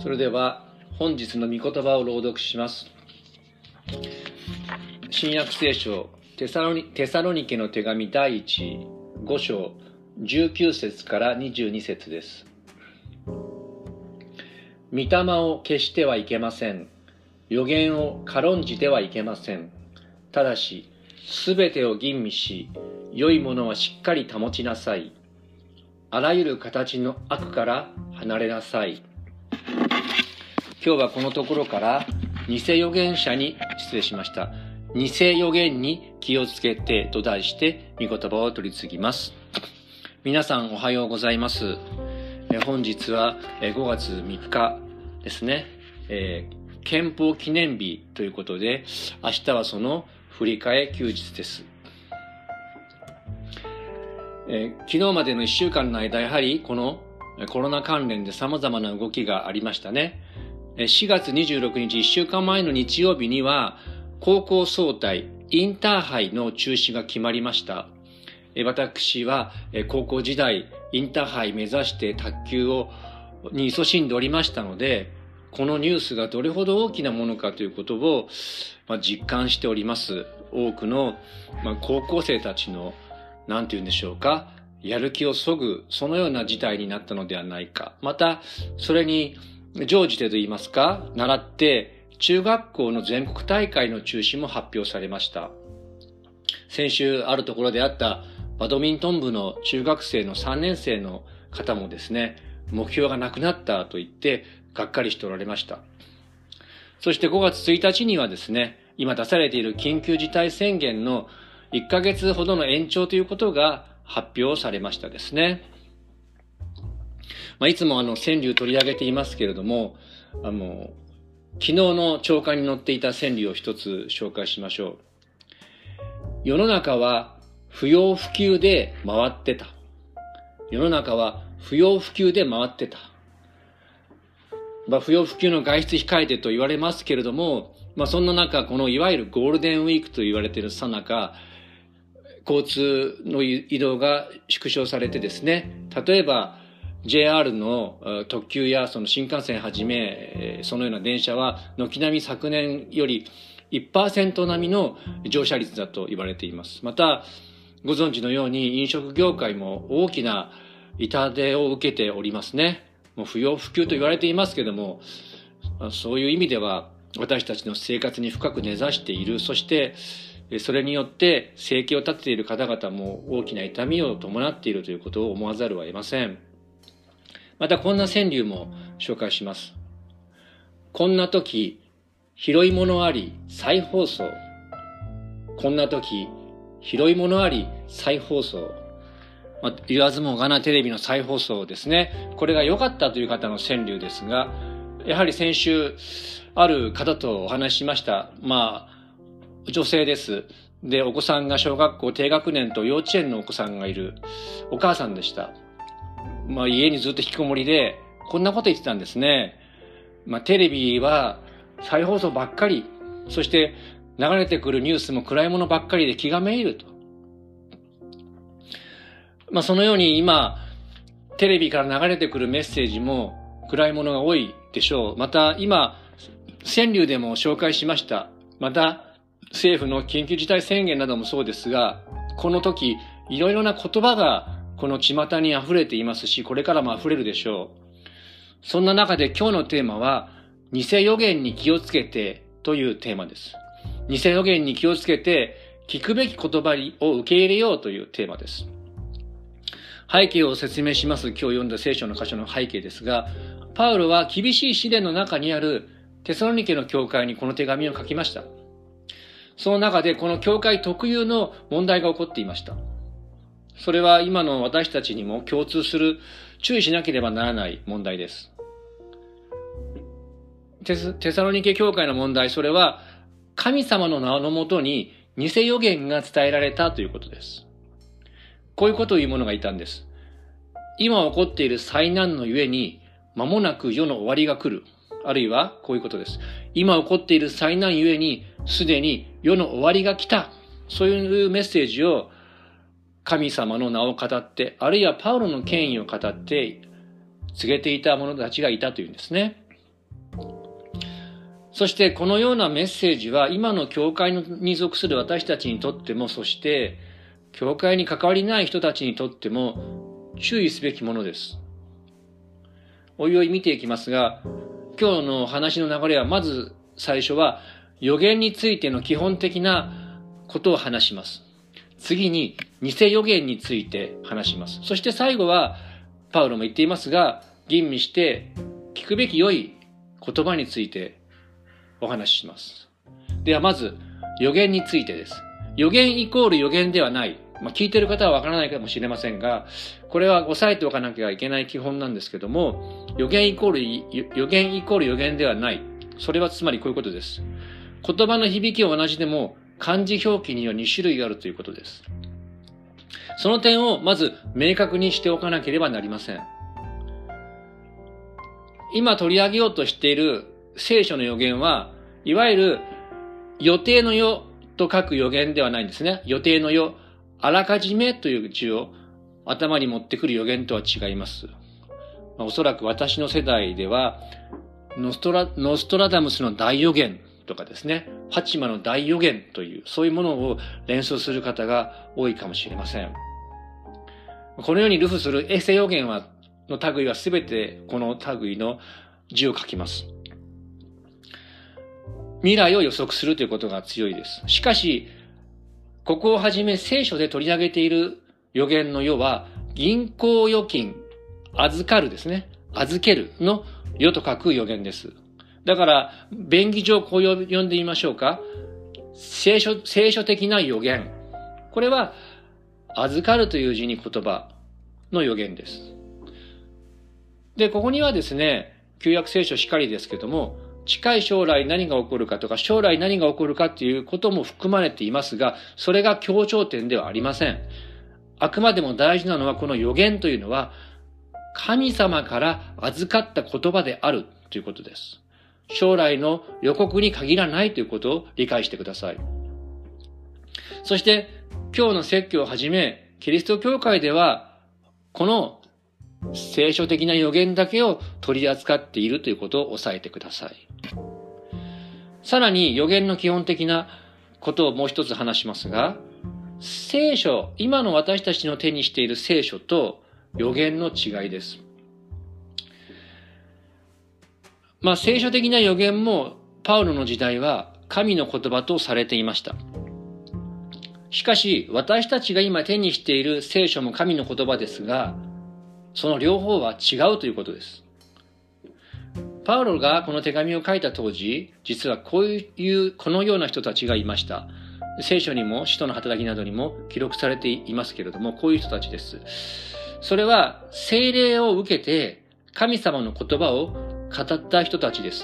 それでは本日の御言葉を朗読します。新約聖書テサロニケの手紙第5章19節から22節です。御霊を消してはいけません。預言を軽んじてはいけません。ただし、すべてを吟味し、良いものはしっかり保ちなさい。あらゆる形の悪から離れなさい。今日はこのところから偽預言に気をつけてと題して御言葉を取り次ぎます。皆さんおはようございます。本日は5月3日ですね。憲法記念日ということで、明日はその振り替え休日です。昨日までの1週間の間、やはりこのコロナ関連で様々な動きがありましたね。4月26日、1週間前の日曜日には、高校総体、インターハイの中止が決まりました。私は高校時代、インターハイ目指して卓球に勤しんでおりましたので、このニュースがどれほど大きなものかということを実感しております。多くの高校生たちのなんて言うんでしょうか、やる気をそぐ、そのような事態になったのではないか。また、それに乗じてと言いますか、習って、中学校の全国大会の中止も発表されました。先週あるところであったバドミントン部の中学生の3年生の方もですね、目標がなくなったと言って、がっかりしておられました。そして5月1日にはですね、今出されている緊急事態宣言の1ヶ月ほどの延長ということが発表されましたですね。いつも川柳取り上げていますけれども、昨日の朝刊に載っていた川柳を一つ紹介しましょう。世の中は不要不急で回ってた。世の中は不要不急で回ってた。不要不急の外出控えてと言われますけれども、そんな中、このいわゆるゴールデンウィークと言われている最中、交通の移動が縮小されてですね、例えば JR の特急やその新幹線はじめ、そのような電車は軒並み昨年より 1% 並みの乗車率だと言われています。また、ご存知のように飲食業界も大きな痛手を受けておりますね。もう不要不急と言われていますけれども、そういう意味では私たちの生活に深く根ざしている。そしてそれによって生計を立てている方々も大きな痛みを伴っているということを思わざるを得ません。またこんな川柳も紹介します。こんな時、拾い物あり再放送。こんな時、拾い物あり再放送。言わずもがなテレビの再放送ですね。これが良かったという方の川柳ですが、やはり先週ある方とお話ししました。女性です。で、お子さんが小学校低学年と幼稚園のお子さんがいるお母さんでした。家にずっと引きこもりで、こんなこと言ってたんですね。テレビは再放送ばっかり、そして流れてくるニュースも暗いものばっかりで気がめいると。そのように今、テレビから流れてくるメッセージも暗いものが多いでしょう。また今、川柳でも紹介しました。また、政府の緊急事態宣言などもそうですが、この時、いろいろな言葉がこの巷に溢れていますし、これからも溢れるでしょう。そんな中で今日のテーマは、偽預言に気をつけてというテーマです。偽預言に気をつけて、聞くべき言葉を受け入れようというテーマです。背景を説明します。今日読んだ聖書の箇所の背景ですが、パウロは厳しい試練の中にあるテサロニケの教会にこの手紙を書きました。その中でこの教会特有の問題が起こっていました。それは今の私たちにも共通する、注意しなければならない問題です。テサロニケ教会の問題、それは神様の名のもとに偽預言が伝えられたということです。こういうことを言う者がいたんです。今起こっている災難のゆえに、間もなく世の終わりが来る。あるいはこういうことです。今起こっている災難ゆえに、すでに世の終わりが来た。そういうメッセージを神様の名を語って、あるいはパウロの権威を語って告げていた者たちがいたというんですね。 そしてこのようなメッセージは今の教会に属する私たちにとっても、そして教会に関わりない人たちにとっても注意すべきものです。おいおい見ていきますが、今日の話の流れは、まず最初は預言についての基本的なことを話します。次に偽預言について話します。そして最後は、パウロも言っていますが、吟味して聞くべき良い言葉についてお話しします。ではまず預言についてです。預言イコール預言ではない。聞いている方はわからないかもしれませんが、これは押さえておかなきゃいけない基本なんですけども、預言イコール預言ではない。それはつまりこういうことです。言葉の響きは同じでも、漢字表記には2種類あるということです。その点をまず明確にしておかなければなりません。今取り上げようとしている聖書の預言は、いわゆる予定の予と書く預言ではないんですね。予定の予、あらかじめという字を頭に持ってくる預言とは違います。おそらく私の世代では、ノストラダムスの大預言とかですね、ファチマの大預言という、そういうものを連想する方が多いかもしれません。このように流布するエセ預言の類はすべてこの類の字を書きます。未来を予測するということが強いです。しかし、ここをはじめ聖書で取り上げている預言の世は、銀行預金、預かるですね。預けるの世と書く預言です。だから、便宜上こう呼んでみましょうか。聖書的な預言。これは、預かるという字に言葉の預言です。で、ここにはですね、旧約聖書しかりですけども、近い将来何が起こるかとか、将来何が起こるかっていうことも含まれていますが、それが強調点ではありません。あくまでも大事なのは、この預言というのは、神様から預かった言葉であるということです。将来の予告に限らないということを理解してください。そして、今日の説教をはじめ、キリスト教会では、この聖書的な預言だけを取り扱っているということを押さえてください。さらに預言の基本的なことをもう一つ話しますが、聖書、今の私たちの手にしている聖書と預言の違いです。聖書的な預言もパウロの時代は神の言葉とされていました。しかし私たちが今手にしている聖書も神の言葉ですが、その両方は違うということです。パウロがこの手紙を書いた当時、実はこのような人たちがいました。聖書にも使徒の働きなどにも記録されていますけれども、こういう人たちです。それは聖霊を受けて神様の言葉を語った人たちです。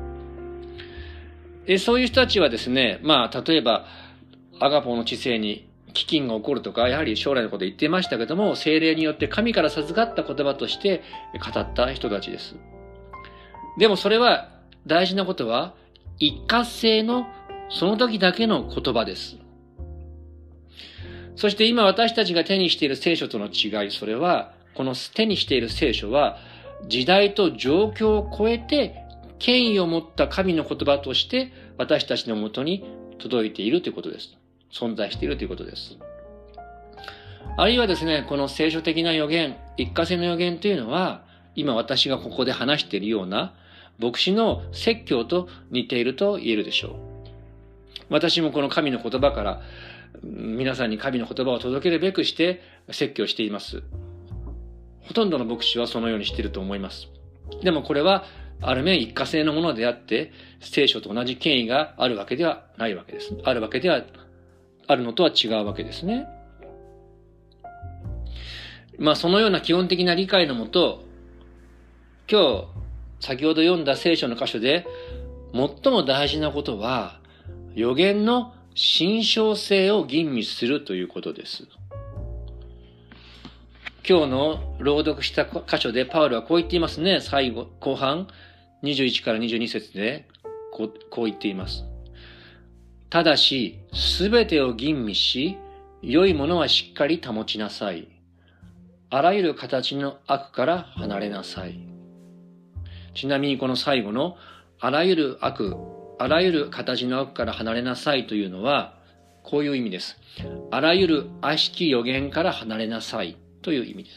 そういう人たちはですね、例えばアガポの治世に飢饉が起こるとか、やはり将来のことを言っていましたけども、聖霊によって神から授かった言葉として語った人たちです。でもそれは大事なことは、一過性のその時だけの言葉です。そして今私たちが手にしている聖書との違い、それは、この手にしている聖書は、時代と状況を超えて権威を持った神の言葉として私たちのもとに届いているということです。存在しているということです。あるいはですね、この聖書的な預言、一過性の預言というのは、今私がここで話しているような牧師の説教と似ていると言えるでしょう。私もこの神の言葉から皆さんに神の言葉を届けるべくして説教しています。ほとんどの牧師はそのようにしていると思います。でもこれはある面一過性のものであって、聖書と同じ権威があるわけではないわけです。あるのとは違うわけですね。そのような基本的な理解のもと、今日先ほど読んだ聖書の箇所で最も大事なことは、預言の信憑性を吟味するということです。今日の朗読した箇所でパウロはこう言っていますね。後半21から22節でこう言っています。ただし、すべてを吟味し、良いものはしっかり保ちなさい。あらゆる形の悪から離れなさい。ちなみにこの最後のあらゆる悪、あらゆる形の悪から離れなさいというのは、こういう意味です。あらゆる悪しき予言から離れなさいという意味です。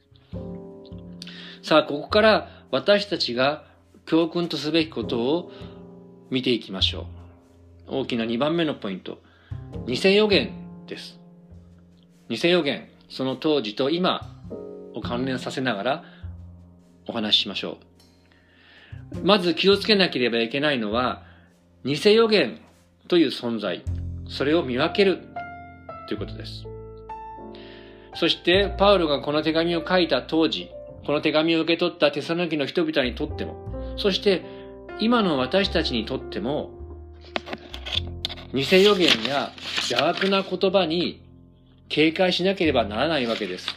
さあ、ここから私たちが教訓とすべきことを見ていきましょう。大きな2番目のポイント。偽予言です。偽予言、その当時と今を関連させながらお話ししましょう。まず気をつけなければいけないのは、偽予言という存在、それを見分けるということです。そして、パウロがこの手紙を書いた当時、この手紙を受け取ったテサロニケの人々にとっても、そして今の私たちにとっても、偽予言や邪悪な言葉に警戒しなければならないわけです。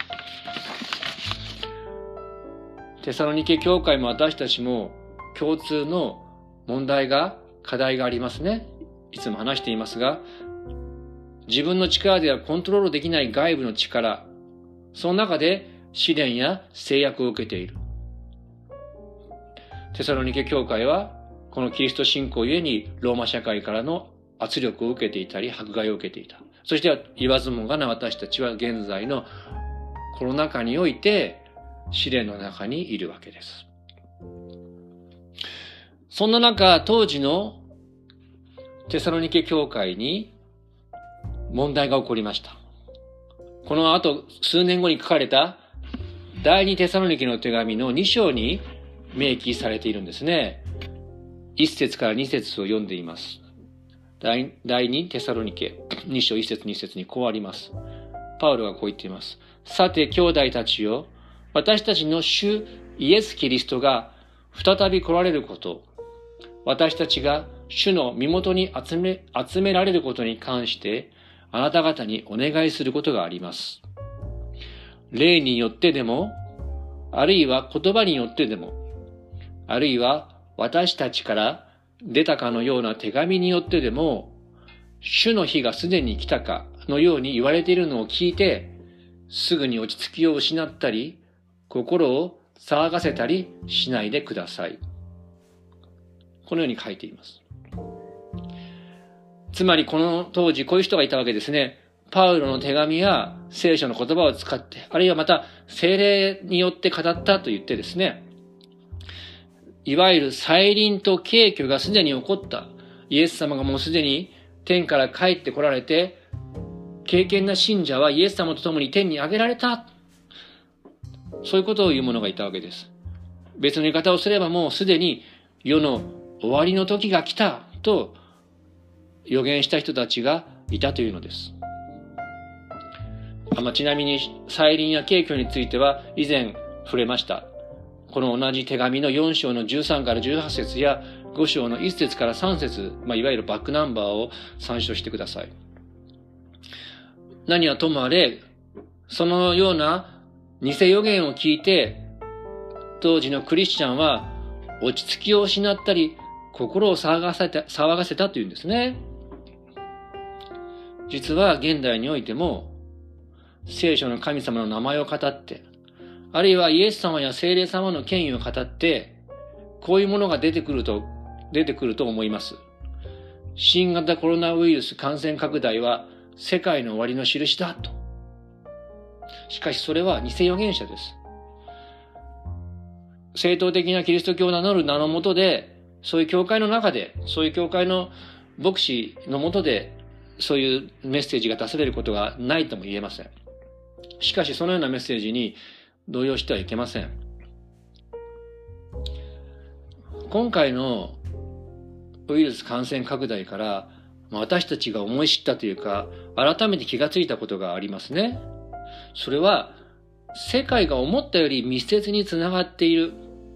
テサロニケ教会も私たちも共通の問題が、課題がありますね。いつも話していますが、自分の力ではコントロールできない外部の力、その中で試練や制約を受けている。テサロニケ教会は、このキリスト信仰ゆえにローマ社会からの圧力を受けていたり、迫害を受けていた。そして言わずもがな私たちは現在のコロナ禍において試練の中にいるわけです。そんな中、当時のテサロニケ教会に問題が起こりました。この後数年後に書かれた第二テサロニケの手紙の2章に明記されているんですね。1節から2節を読んでいます。第二テサロニケ2章1節2節にこうあります。パウロがこう言っています。さて兄弟たちよ、私たちの主イエス・キリストが再び来られること、私たちが主の身元に集められることに関してあなた方にお願いすることがあります。霊によってでも、あるいは言葉によってでも、あるいは私たちから出たかのような手紙によってでも、主の日がすでに来たかのように言われているのを聞いて、すぐに落ち着きを失ったり、心を騒がせたりしないでください。このように書いています。つまりこの当時こういう人がいたわけですね。パウロの手紙や聖書の言葉を使って、あるいはまた聖霊によって語ったと言ってですね、いわゆる再臨と景挙がすでに起こった。イエス様がもうすでに天から帰って来られて、敬虔な信者はイエス様と共に天に上げられた。そういうことを言う者がいたわけです。別の言い方をすればもうすでに世の終わりの時が来たと予言した人たちがいたというのです。ちなみに再臨や景挙については以前触れました。この同じ手紙の4章の13から18節や5章の1節から3節、いわゆるバックナンバーを参照してください。何はともあれ、そのような偽予言を聞いて、当時のクリスチャンは落ち着きを失ったり、心を騒がせたというんですね。実は現代においても、聖書の神様の名前を語って、あるいはイエス様や聖霊様の権威を語って、こういうものが出てくると思います。新型コロナウイルス感染拡大は世界の終わりの印だと。しかしそれは偽預言者です。正統的なキリスト教を名乗る名のもとで、そういう教会の中で、そういう教会の牧師のもとで、そういうメッセージが出されることがないとも言えません。しかしそのようなメッセージに動揺してはいけません。今回のウイルス感染拡大から私たちが思い知ったというか、改めて気がついたことがありますね。それは世界が思ったより密接につながっている。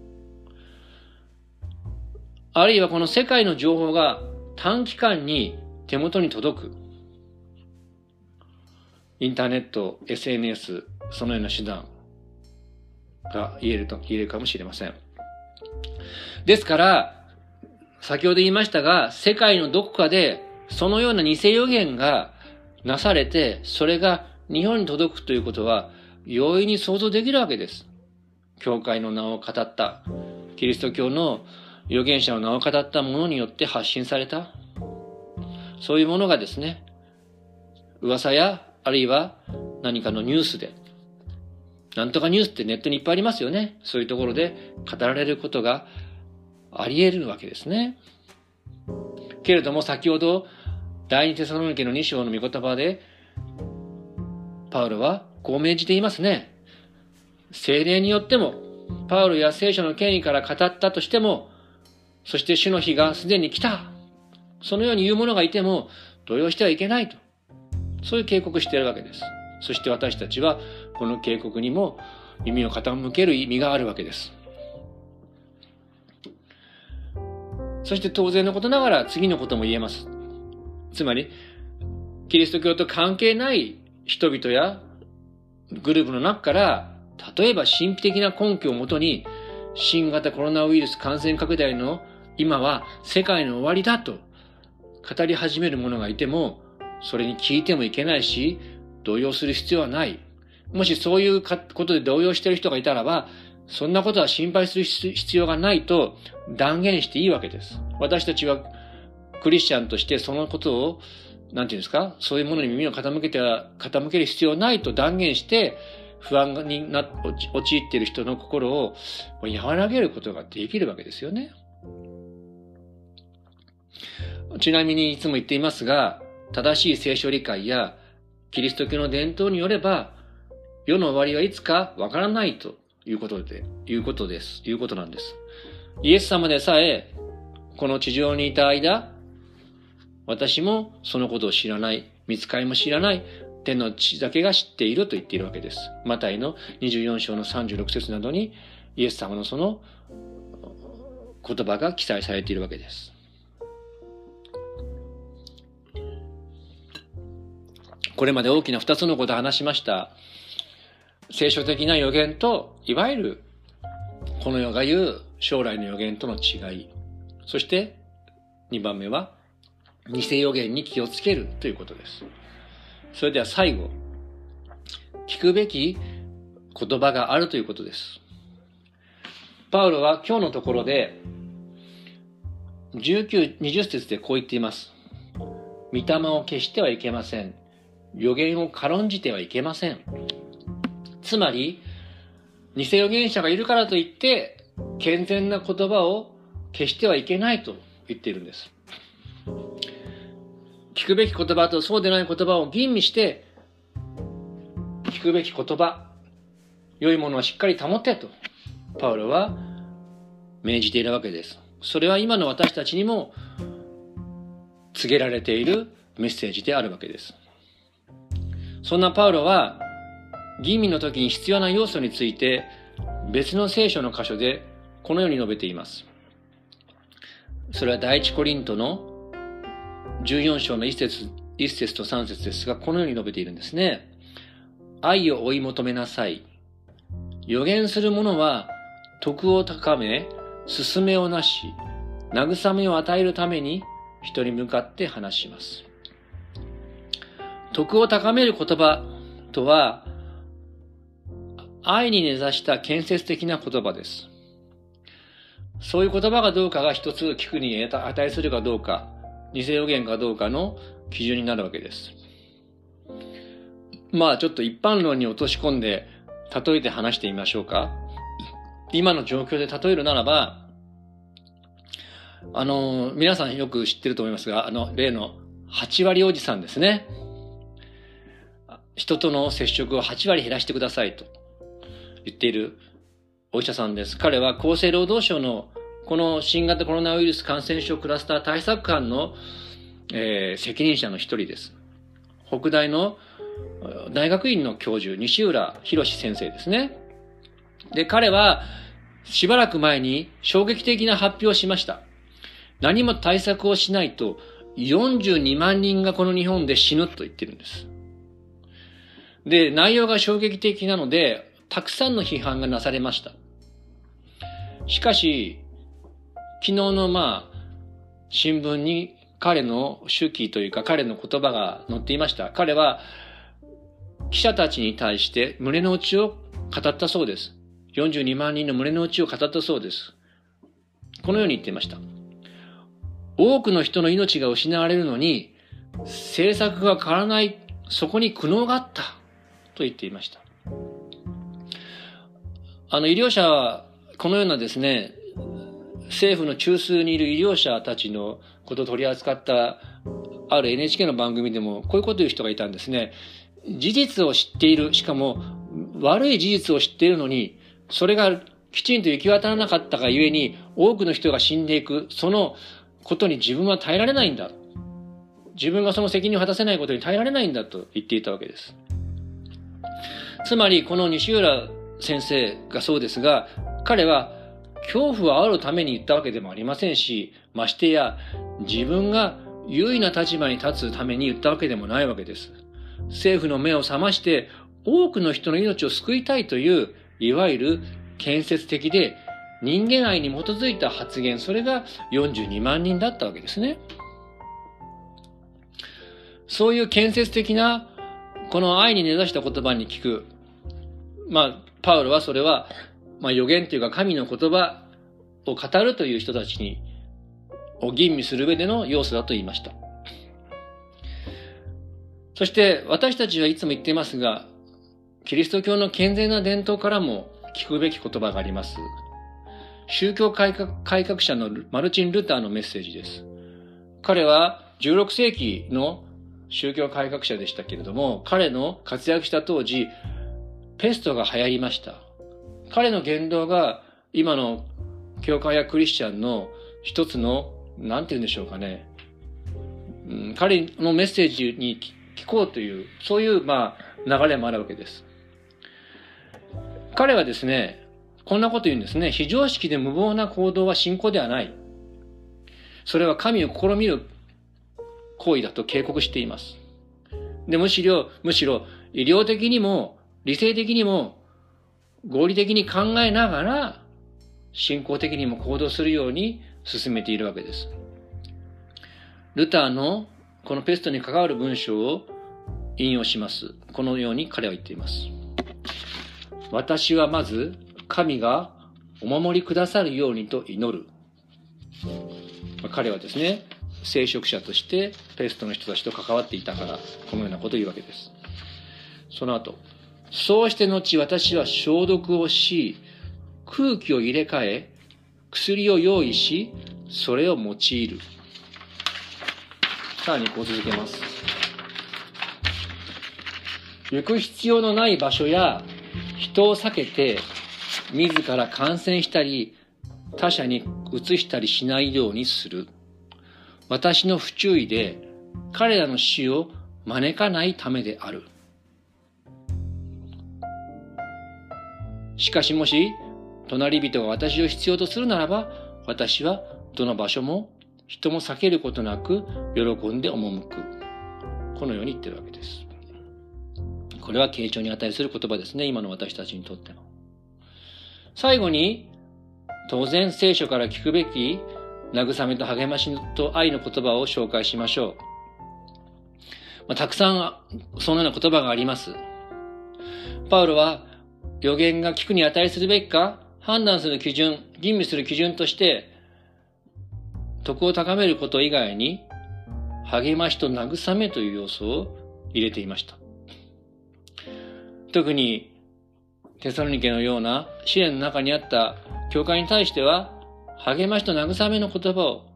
あるいはこの世界の情報が短期間に手元に届く。インターネット、SNS、そのような手段が言えるかもしれません。ですから、先ほど言いましたが、世界のどこかでそのような偽予言がなされて、それが日本に届くということは容易に想像できるわけです。教会の名を語った、キリスト教の預言者の名を語った者によって発信された。そういうものがですね、噂やあるいは何かのニュースで、なんとかニュースってネットにいっぱいありますよね。そういうところで語られることがあり得るわけですね。けれども先ほど第二テサロニケの2章の御言葉でパウロはこう命じていますね。聖霊によってもパウロや聖書の権威から語ったとしても、そして主の日がすでに来た、そのように言う者がいても動揺してはいけないと、そういう警告しているわけです。そして私たちはこの警告にも耳を傾ける意味があるわけです。そして当然のことながら次のことも言えます。つまりキリスト教と関係ない人々やグループの中から、例えば神秘的な根拠をもとに新型コロナウイルス感染拡大の今は世界の終わりだと語り始める者がいても、それに聞いてもいけないし動揺する必要はない。もしそういうことで動揺している人がいたらば、そんなことは心配する必要がないと断言していいわけです。私たちはクリスチャンとしてそのことを、なんていうんですか、そういうものに耳を傾ける必要ないと断言して、不安に陥っている人の心を和らげることができるわけですよね。ちなみにいつも言っていますが、正しい聖書理解やキリスト教の伝統によれば、世の終わりはいつかわからないということなんです。イエス様でさえ、この地上にいた間、私もそのことを知らない、御使いも知らない、天の父だけが知っていると言っているわけです。マタイの24章の36節などにイエス様のその言葉が記載されているわけです。これまで大きな2つのことを話しました。聖書的な予言と、いわゆるこの世が言う将来の予言との違い。そして2番目は偽予言に気をつけるということです。それでは最後、聞くべき言葉があるということです。パウロは今日のところで19、20節でこう言っています。御霊を消してはいけません。預言を軽んじてはいけません。つまり、偽預言者がいるからといって、健全な言葉を消してはいけないと言っているんです。聞くべき言葉とそうでない言葉を吟味して、聞くべき言葉、良いものをしっかり保ってと、パウロは命じているわけです。それは今の私たちにも告げられているメッセージであるわけです。そんなパウロは、吟味の時に必要な要素について別の聖書の箇所でこのように述べています。それは第一コリントの14章の1節と3節ですが、このように述べているんですね。愛を追い求めなさい。預言する者は徳を高め、勧めをなし、慰めを与えるために人に向かって話します。徳を高める言葉とは、愛に根ざした建設的な言葉です。そういう言葉がどうかが一つ聞くに値するかどうか、偽預言かどうかの基準になるわけです。ちょっと一般論に落とし込んで例えて話してみましょうか。今の状況で例えるならば、皆さんよく知ってると思いますが、例の8割おじさんですね。人との接触を8割減らしてくださいと言っているお医者さんです。彼は厚生労働省のこの新型コロナウイルス感染症クラスター対策班の、責任者の一人です。北大の大学院の教授、西浦博先生ですね。で、彼はしばらく前に衝撃的な発表をしました。何も対策をしないと42万人がこの日本で死ぬと言ってるんです。で、内容が衝撃的なので、たくさんの批判がなされました。しかし、昨日の新聞に彼の手記というか彼の言葉が載っていました。彼は記者たちに対して胸の内を語ったそうです。42万人の胸の内を語ったそうです。 このように言っていました。多くの人の命が失われるのに、政策が変わらない、そこに苦悩があったと言っていました。医療者はこのようなですね、政府の中枢にいる医療者たちのことを取り扱ったある NHK の番組でもこういうことを言う人がいたんですね。事実を知っている、しかも悪い事実を知っているのに、それがきちんと行き渡らなかったがゆえに多くの人が死んでいく、そのことに自分は耐えられないんだ。自分がその責任を果たせないことに耐えられないんだと言っていたわけです。つまりこの西浦先生がそうですが、彼は恐怖を煽るために言ったわけでもありませんし、ましてや自分が優位な立場に立つために言ったわけでもないわけです。政府の目を覚まして多くの人の命を救いたいという、いわゆる建設的で人間愛に基づいた発言、それが42万人だったわけですね。そういう建設的なこの愛に根ざした言葉に聞く、パウロはそれは、預言というか神の言葉を語るという人たちを吟味する上での要素だと言いました。そして私たちはいつも言っていますが、キリスト教の健全な伝統からも聞くべき言葉があります。宗教改革者のマルチン・ルターのメッセージです。彼は16世紀の宗教改革者でしたけれども、彼の活躍した当時、ペストが流行りました。彼の言動が今の教会やクリスチャンの一つの、なんて言うんでしょうかね、彼のメッセージに聞こうという、そういう流れもあるわけです。彼はですね、こんなこと言うんですね。非常識で無謀な行動は信仰ではない。それは神を試みる行為だと警告しています。で、むしろ医療的にも理性的にも合理的に考えながら信仰的にも行動するように進めているわけです。ルターのこのペストに関わる文章を引用します。このように彼は言っています。私はまず神がお守りくださるようにと祈る。彼はですね、聖職者としてペストの人たちと関わっていたから、このようなことを言うわけです。その後、そうして後私は消毒をし、空気を入れ替え、薬を用意し、それを用いる。さらにこう続けます。行く必要のない場所や人を避けて、自ら感染したり、他者に移したりしないようにする。私の不注意で彼らの死を招かないためである。しかしもし隣人が私を必要とするならば、私はどの場所も人も避けることなく喜んで赴く。このように言ってるわけです。これは敬重に値する言葉ですね、今の私たちにとっての。最後に、当然聖書から聞くべき慰めと励ましと愛の言葉を紹介しましょう。たくさんそのような言葉があります。パウロは預言が聞くに値するべきか判断する基準、吟味する基準として徳を高めること以外に励ましと慰めという要素を入れていました。特にテサロニケのような試練の中にあった教会に対しては励ましと慰めの言葉を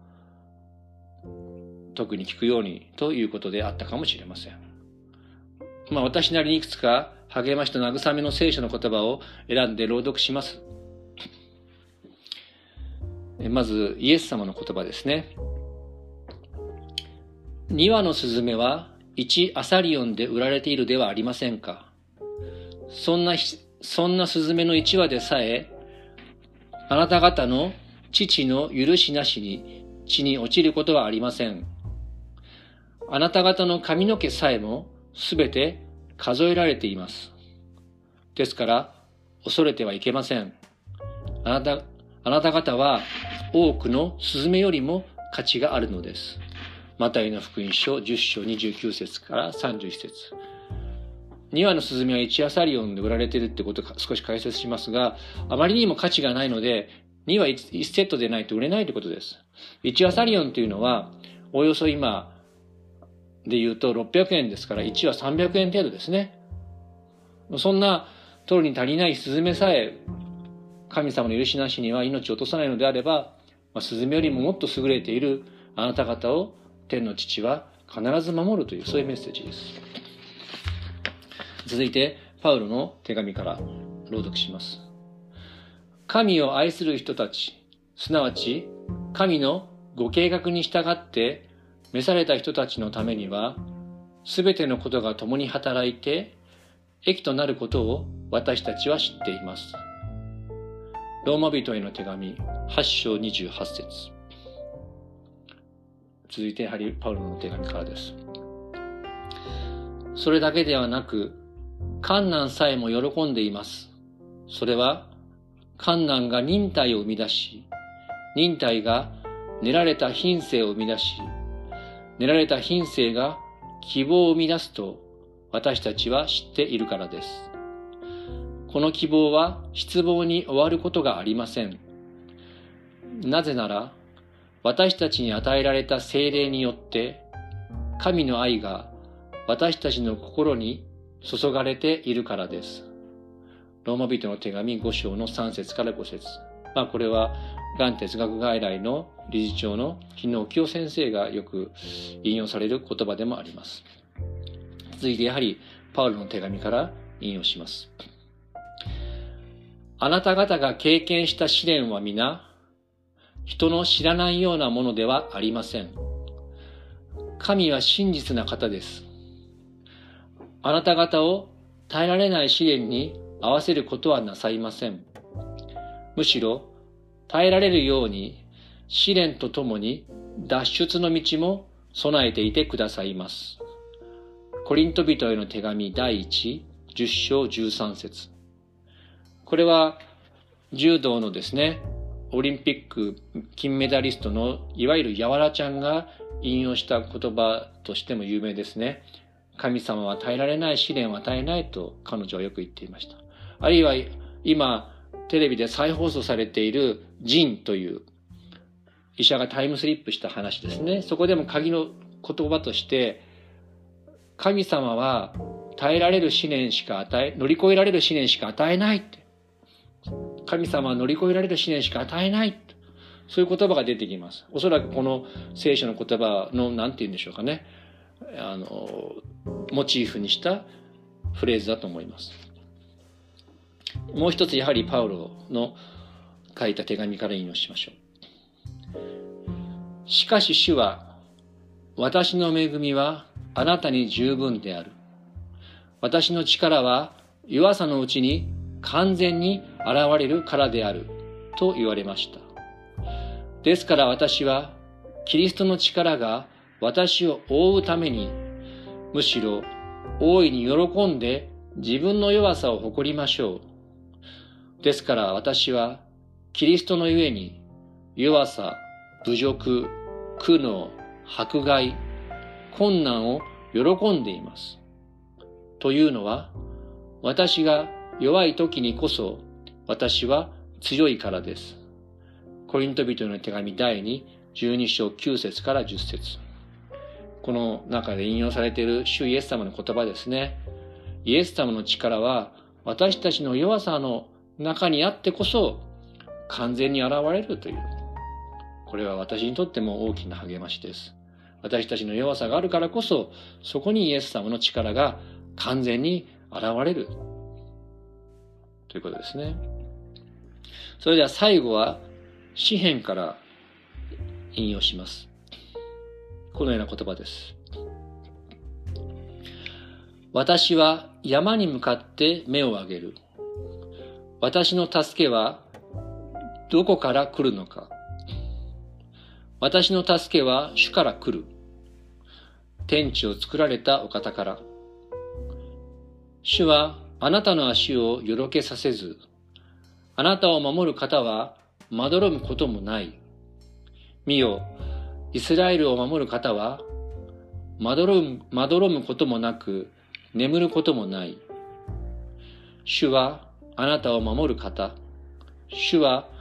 特に聞くようにということであったかもしれません。私なりにいくつか励ましと慰めの聖書の言葉を選んで朗読します。まずイエス様の言葉ですね。2羽のスズメは1アサリオンで売られているではありませんか。そんなスズメの1羽でさえあなた方の父の許しなしに地に落ちることはありません。あなた方の髪の毛さえもすべて数えられています。ですから恐れてはいけません。あなた方は多くのスズメよりも価値があるのです。マタイの福音書10章29節から31節。2羽のスズメは1アサリオンで売られているってことを少し解説しますが、あまりにも価値がないので、 2は 1セットでないと売れないということです。1アサリオンというのは、およそ今で言うと600円ですから、1は300円程度ですね。そんな取るに足りないスズメさえ、神様の許しなしには命を落とさないのであれば、スズメよりももっと優れているあなた方を天の父は必ず守るという、そういうメッセージです。続いて、パウロの手紙から朗読します。神を愛する人たち、すなわち神のご計画に従って召された人たちのためには、すべてのことが共に働いて益となることを私たちは知っています。ローマ人への手紙8章28節。続いてやはりパウロの手紙からです。それだけではなく、患難さえも喜んでいます。それは患難が忍耐を生み出し、忍耐が練られた品性を生み出し、練られた品性が希望を生み出すと私たちは知っているからです。この希望は失望に終わることがありません。なぜなら、私たちに与えられた聖霊によって、神の愛が私たちの心に注がれているからです。ローマ人の手紙5章の3節から5節。これは、がん哲学外来の理事長の日野清先生がよく引用される言葉でもあります。続いてやはり、パウロの手紙から引用します。あなた方が経験した試練は皆、人の知らないようなものではありません。神は真実な方です。あなた方を耐えられない試練に合わせることはなさいません。むしろ、耐えられるように試練とともに脱出の道も備えていてくださいます。コリント人への手紙第1、10章13節。これは柔道のですね、オリンピック金メダリストのいわゆるやわらちゃんが引用した言葉としても有名ですね。神様は耐えられない試練を与えないと彼女はよく言っていました。あるいは今テレビで再放送されているジンという医者がタイムスリップした話ですね。そこでも鍵の言葉として、神様は耐えられる試練しか乗り越えられる試練しか与えないって。神様は乗り越えられる試練しか与えない。そういう言葉が出てきます。おそらくこの聖書の言葉の何て言うんでしょうかね。モチーフにしたフレーズだと思います。もう一つやはりパウロの書いた手紙から引用しましょう。しかし主は、私の恵みはあなたに十分である。私の力は弱さのうちに完全に現れるからであると言われました。ですから私はキリストの力が私を覆うために、むしろ大いに喜んで自分の弱さを誇りましょう。ですから私はキリストのゆえに弱さ、侮辱、苦悩、迫害、困難を喜んでいます。というのは、私が弱い時にこそ私は強いからです。コリント人への手紙第2、12章9節から10節。この中で引用されている主イエス様の言葉ですね。イエス様の力は私たちの弱さの中にあってこそ完全に現れるという。これは私にとっても大きな励ましです。私たちの弱さがあるからこそ、そこにイエス様の力が完全に現れるということですね。それでは最後は詩編から引用します。このような言葉です。私は山に向かって目を上げる。私の助けはどこから来るのか。私の助けは主から来る。天地を作られたお方から。主はあなたの足をよろけさせず、あなたを守る方はまどろむこともない。見よ、イスラエルを守る方はまどろむこともなく、眠ることもない。主はあなたを守る方。主は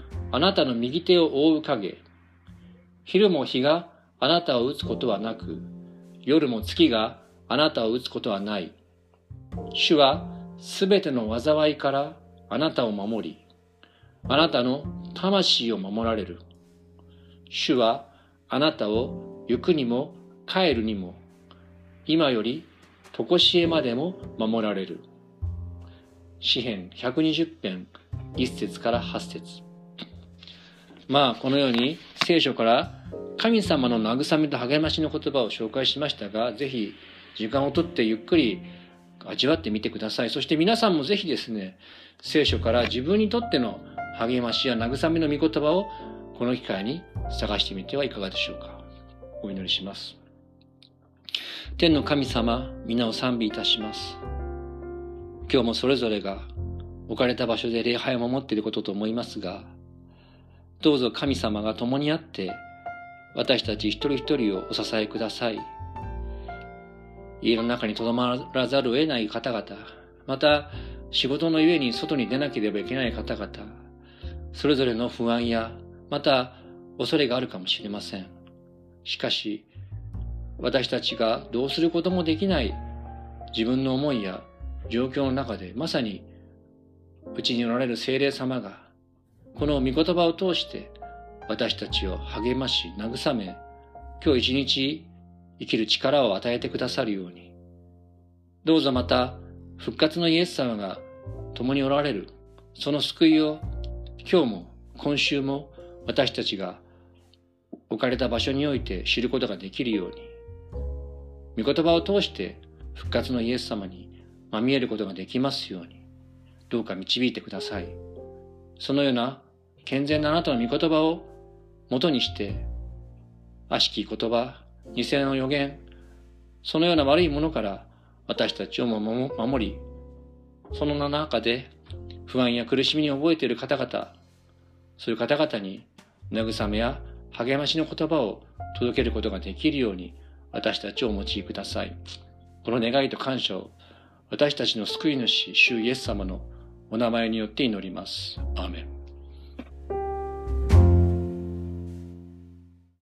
あなたの右手を覆う影。昼も日があなたを打つことはなく、夜も月があなたを打つことはない。主はすべての災いからあなたを守り、あなたの魂を守られる。主はあなたを行くにも帰るにも、今より常しえまでも守られる。詩編120編1節から8節。このように聖書から神様の慰めと励ましの言葉を紹介しましたが、ぜひ時間をとってゆっくり味わってみてください。そして皆さんもぜひですね、聖書から自分にとっての励ましや慰めの御言葉をこの機会に探してみてはいかがでしょうか。お祈りします。天の神様、皆を賛美いたします。今日もそれぞれが置かれた場所で礼拝を守っていることと思いますが、どうぞ神様が共にあって私たち一人一人をお支えください。家の中にとどまらざるを得ない方々、また仕事のゆえに外に出なければいけない方々、それぞれの不安やまた恐れがあるかもしれません。しかし私たちがどうすることもできない自分の思いや状況の中で、まさにうちにおられる聖霊様がこの御言葉を通して私たちを励まし慰め、今日一日生きる力を与えてくださるように、どうぞまた復活のイエス様が共におられるその救いを今日も今週も私たちが置かれた場所において知ることができるように、御言葉を通して復活のイエス様に見えることができますように、どうか導いてください。そのような健全なあなたの御言葉をもとにして、悪しき言葉、偽の預言、そのような悪いものから私たちを守り、その中で不安や苦しみに覚えている方々、そういう方々に慰めや励ましの言葉を届けることができるように私たちをお持ちください。この願いと感謝を私たちの救い主、主イエス様のお名前によって祈ります。アーメン。